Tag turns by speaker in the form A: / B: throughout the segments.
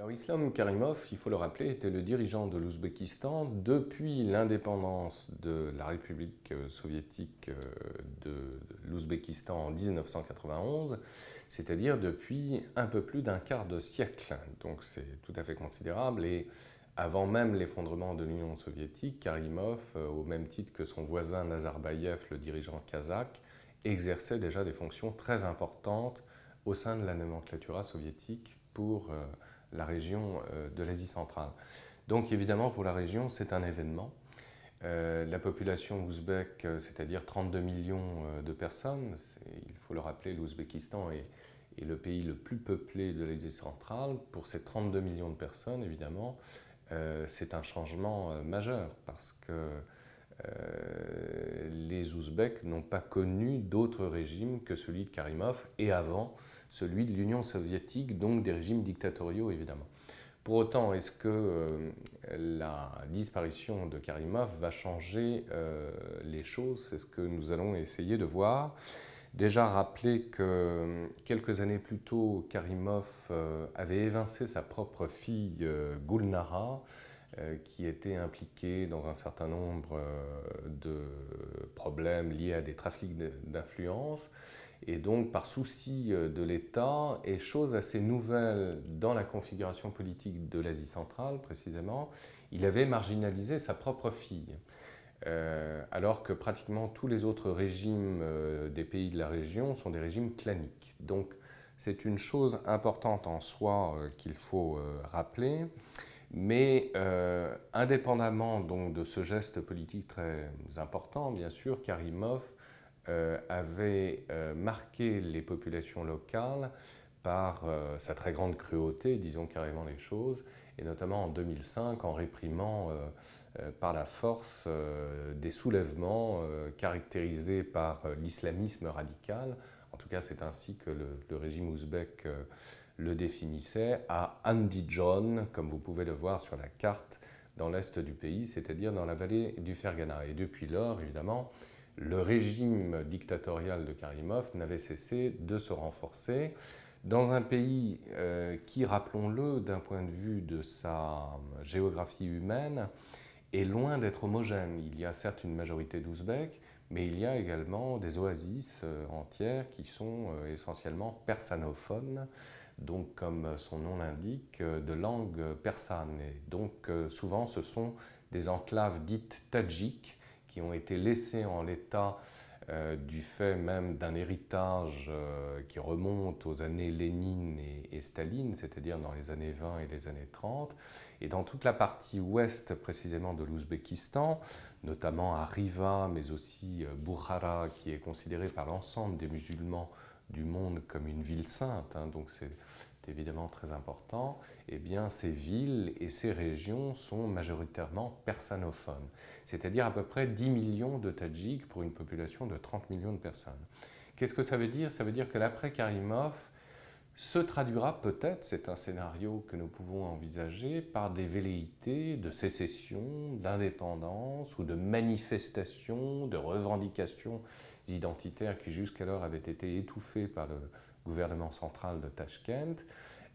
A: Alors Islam Karimov, il faut le rappeler, était le dirigeant de l'Ouzbékistan depuis l'indépendance de la République soviétique de l'Ouzbékistan en 1991, c'est-à-dire depuis un peu plus d'un quart de siècle. Donc c'est tout à fait considérable et avant même l'effondrement de l'Union soviétique, Karimov, au même titre que son voisin Nazarbayev, le dirigeant kazakh, exerçait déjà des fonctions très importantes au sein de la nomenclatura soviétique pour la région de l'Asie centrale. Donc évidemment pour la région c'est un événement. La population ouzbèque, c'est-à-dire 32 millions de personnes, il faut le rappeler, l'Ouzbékistan est le pays le plus peuplé de l'Asie centrale. Pour ces 32 millions de personnes, évidemment, c'est un changement majeur parce que les Ouzbeks n'ont pas connu d'autre régime que celui de Karimov et avant celui de l'Union soviétique, donc des régimes dictatoriaux évidemment. Pour autant, est-ce que la disparition de Karimov va changer les choses? C'est ce que nous allons essayer de voir. Déjà rappeler que quelques années plus tôt, Karimov avait évincé sa propre fille Gulnara, qui était impliquée dans un certain nombre de problèmes liés à des trafics d'influence. Et donc, par souci de l'État, et chose assez nouvelle dans la configuration politique de l'Asie centrale, précisément, il avait marginalisé sa propre fille. Alors que pratiquement tous les autres régimes des pays de la région sont des régimes claniques. Donc, c'est une chose importante en soi qu'il faut rappeler. Mais indépendamment donc, de ce geste politique très important, bien sûr, Karimov avait marqué les populations locales par sa très grande cruauté, disons carrément les choses, et notamment en 2005 en réprimant par la force des soulèvements caractérisés par l'islamisme radical. En tout cas, c'est ainsi que le régime ouzbek le définissait, à Andijon, comme vous pouvez le voir sur la carte, dans l'est du pays, c'est-à-dire dans la vallée du Fergana. Et depuis lors, évidemment, le régime dictatorial de Karimov n'avait cessé de se renforcer dans un pays qui, rappelons-le, d'un point de vue de sa géographie humaine, est loin d'être homogène. Il y a certes une majorité d'Ouzbeks, mais il y a également des oasis entières qui sont essentiellement persanophones, donc comme son nom l'indique, de langue persane. Et donc souvent ce sont des enclaves dites tadjiques qui ont été laissées en l'état du fait même d'un héritage qui remonte aux années Lénine et Staline, c'est-à-dire dans les années 20 et les années 30. Et dans toute la partie ouest précisément de l'Ouzbékistan, notamment à Riva, mais aussi Bukhara, qui est considérée par l'ensemble des musulmans du monde comme une ville sainte, hein, donc c'est évidemment très important, eh bien ces villes et ces régions sont majoritairement persanophones, c'est-à-dire à peu près 10 millions de Tadjiks pour une population de 30 millions de personnes. Qu'est-ce que ça veut dire? Ça veut dire que l'après Karimov se traduira peut-être, c'est un scénario que nous pouvons envisager, par des velléités de sécession, d'indépendance ou de manifestations, de revendications identitaires qui jusqu'alors avaient été étouffées par le gouvernement central de Tachkent.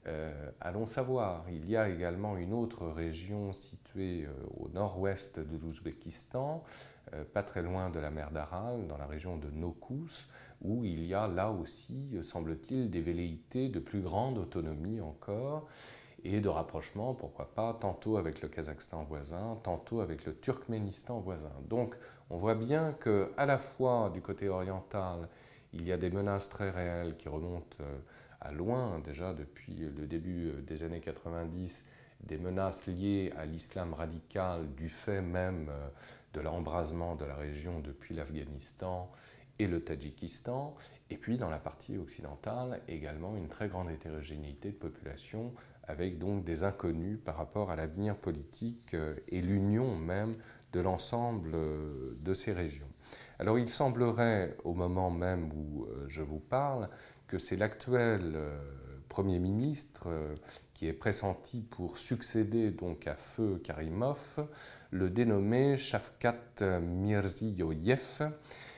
A: Allons savoir, il y a également une autre région située au nord-ouest de l'Ouzbékistan, pas très loin de la mer d'Aral, dans la région de Nokous, où il y a là aussi, semble-t-il, des velléités de plus grande autonomie encore et de rapprochement, pourquoi pas, tantôt avec le Kazakhstan voisin, tantôt avec le Turkménistan voisin. Donc on voit bien qu'à la fois du côté oriental, il y a des menaces très réelles qui remontent à loin, déjà depuis le début des années 90, des menaces liées à l'islam radical du fait même de l'embrasement de la région depuis l'Afghanistan et le Tadjikistan, et puis dans la partie occidentale également une très grande hétérogénéité de population avec donc des inconnus par rapport à l'avenir politique et l'union même de l'ensemble de ces régions. Alors il semblerait au moment même où je vous parle que c'est l'actuel Premier ministre qui est pressenti pour succéder donc à feu Karimov, le dénommé Shavkat Mirziyoyev.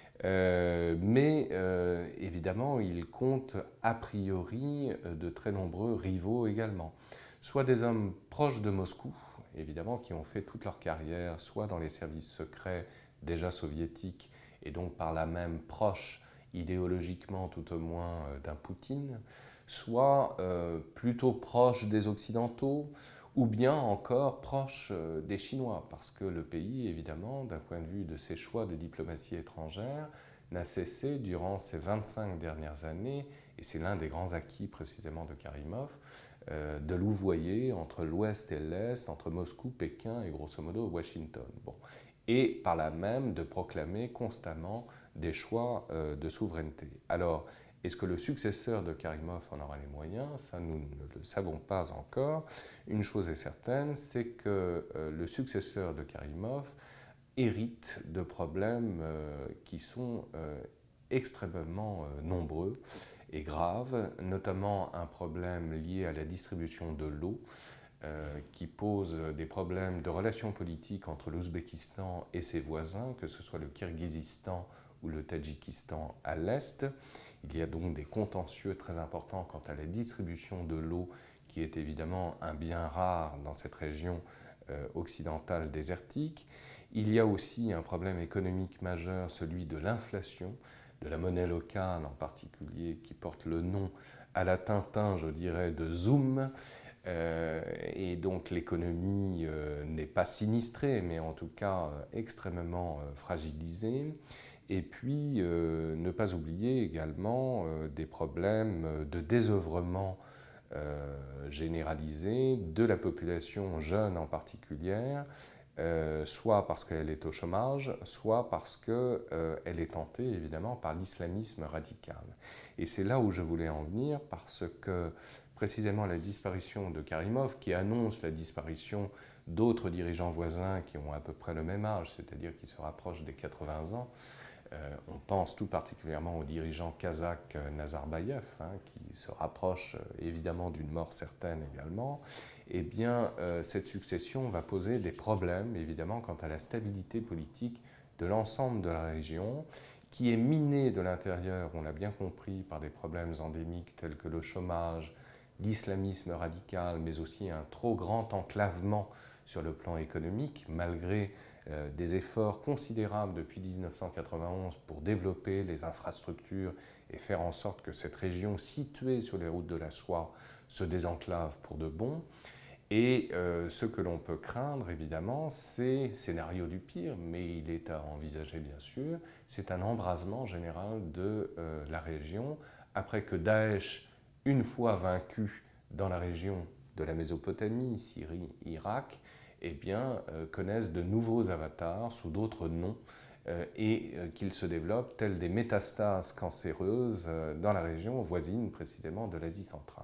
A: Mais évidemment, il compte a priori de très nombreux rivaux également. soit des hommes proches de Moscou, évidemment, qui ont fait toute leur carrière, soit dans les services secrets déjà soviétiques, et donc par là même proches idéologiquement tout au moins d'un Poutine, soit plutôt proches des Occidentaux, ou bien encore proches des Chinois, parce que le pays, évidemment, d'un point de vue de ses choix de diplomatie étrangère, n'a cessé durant ces 25 dernières années, et c'est l'un des grands acquis précisément de Karimov, de louvoyer entre l'Ouest et l'Est, entre Moscou, Pékin et grosso modo Washington. Bon. Et par là même de proclamer constamment des choix de souveraineté. Alors, est-ce que le successeur de Karimov en aura les moyens? Ça, nous ne le savons pas encore. Une chose est certaine, c'est que le successeur de Karimov hérite de problèmes qui sont extrêmement nombreux et graves, notamment un problème lié à la distribution de l'eau, qui pose des problèmes de relations politiques entre l'Ouzbékistan et ses voisins, que ce soit le Kirghizistan ou le Tadjikistan à l'est. Il y a donc des contentieux très importants quant à la distribution de l'eau, qui est évidemment un bien rare dans cette région occidentale désertique. Il y a aussi un problème économique majeur, celui de l'inflation, de la monnaie locale en particulier, qui porte le nom à la Tintin, je dirais, de Zoom. Et donc l'économie n'est pas sinistrée, mais en tout cas extrêmement fragilisée. Et puis ne pas oublier également des problèmes de désœuvrement généralisé de la population jeune en particulier, soit parce qu'elle est au chômage, soit parce qu'elle est tentée évidemment par l'islamisme radical. Et c'est là où je voulais en venir, parce que précisément la disparition de Karimov, qui annonce la disparition d'autres dirigeants voisins qui ont à peu près le même âge, c'est-à-dire qui se rapprochent des 80 ans, on pense tout particulièrement au dirigeant kazakh Nazarbayev, qui se rapproche évidemment d'une mort certaine également. Eh bien, cette succession va poser des problèmes, évidemment, quant à la stabilité politique de l'ensemble de la région, qui est minée de l'intérieur, on l'a bien compris, par des problèmes endémiques tels que le chômage, l'islamisme radical, mais aussi un trop grand enclavement sur le plan économique, malgré des efforts considérables depuis 1991 pour développer les infrastructures et faire en sorte que cette région située sur les routes de la soie se désenclave pour de bon. Et ce que l'on peut craindre, évidemment, c'est, scénario du pire, mais il est à envisager bien sûr, c'est un embrasement général de la région, après que Daesh, une fois vaincu dans la région de la Mésopotamie, Syrie, Irak, eh bien, connaissent de nouveaux avatars sous d'autres noms et qu'ils se développent tels des métastases cancéreuses dans la région voisine précisément de l'Asie centrale.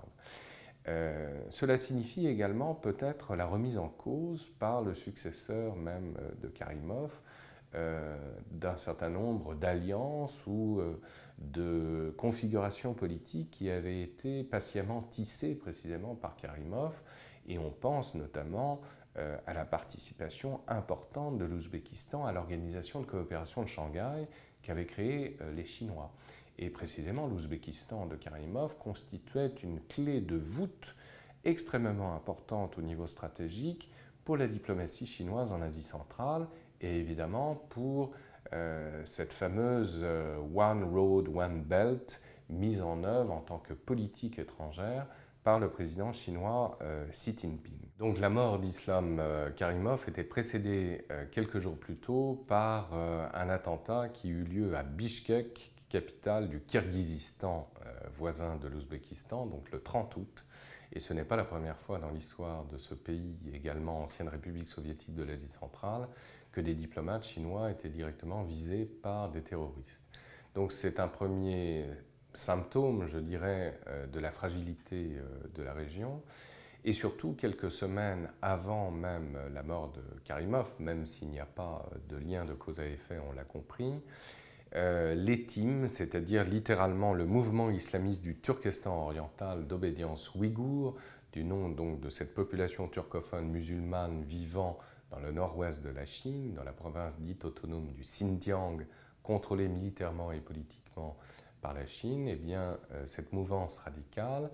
A: Cela signifie également peut-être la remise en cause par le successeur même de Karimov d'un certain nombre d'alliances ou de configurations politiques qui avaient été patiemment tissées précisément par Karimov, et on pense notamment à la participation importante de l'Ouzbékistan à l'Organisation de coopération de Shanghai qu'avaient créée les Chinois. Et précisément, l'Ouzbékistan de Karimov constituait une clé de voûte extrêmement importante au niveau stratégique pour la diplomatie chinoise en Asie centrale, et évidemment pour cette fameuse One Road, One Belt mise en œuvre en tant que politique étrangère par le président chinois Xi Jinping. Donc la mort d'Islam Karimov était précédée quelques jours plus tôt par un attentat qui eut lieu à Bishkek, capitale du Kirghizistan, voisin de l'Ouzbékistan, donc le 30 août. Et ce n'est pas la première fois dans l'histoire de ce pays, également ancienne république soviétique de l'Asie centrale, que des diplomates chinois étaient directement visés par des terroristes. Donc c'est un premier symptôme, je dirais, de la fragilité de la région. Et surtout, quelques semaines avant même la mort de Karimov, même s'il n'y a pas de lien de cause à effet, on l'a compris, les TIM, c'est-à-dire littéralement le mouvement islamiste du Turkestan oriental d'obédience ouïghour, du nom donc de cette population turcophone musulmane vivant dans le nord-ouest de la Chine, dans la province dite autonome du Xinjiang, contrôlée militairement et politiquement par la Chine, eh bien, cette mouvance radicale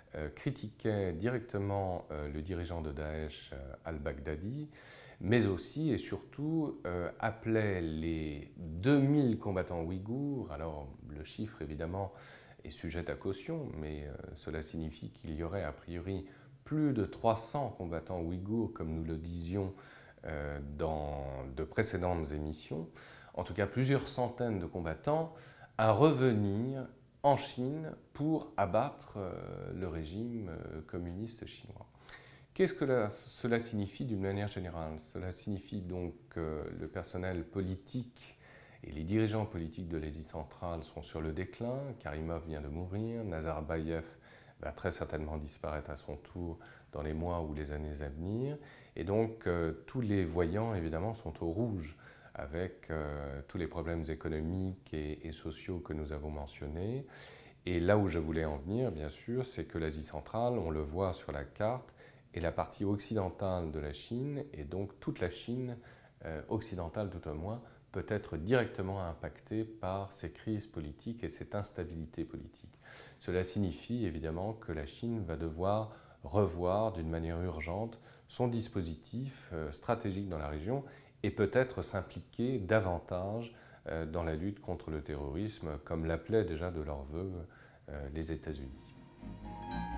A: critiquait directement le dirigeant de Daesh, al-Baghdadi, mais aussi et surtout appelait les 2000 combattants ouïghours, alors le chiffre évidemment est sujet à caution, mais cela signifie qu'il y aurait a priori plus de 300 combattants ouïghours, comme nous le disions dans de précédentes émissions, en tout cas plusieurs centaines de combattants, à revenir en Chine pour abattre le régime communiste chinois. Qu'est-ce que cela signifie d'une manière générale? Cela signifie donc que le personnel politique et les dirigeants politiques de l'Asie centrale sont sur le déclin. Karimov vient de mourir, Nazarbayev va très certainement disparaître à son tour dans les mois ou les années à venir. Et donc tous les voyants évidemment sont au rouge avec tous les problèmes économiques et sociaux que nous avons mentionnés. Et là où je voulais en venir, bien sûr, c'est que l'Asie centrale, on le voit sur la carte, est la partie occidentale de la Chine, et donc toute la Chine occidentale tout au moins peut être directement impactée par ces crises politiques et cette instabilité politique. Cela signifie évidemment que la Chine va devoir revoir d'une manière urgente son dispositif stratégique dans la région et peut-être s'impliquer davantage dans la lutte contre le terrorisme, comme l'appelaient déjà de leur vœu les États-Unis.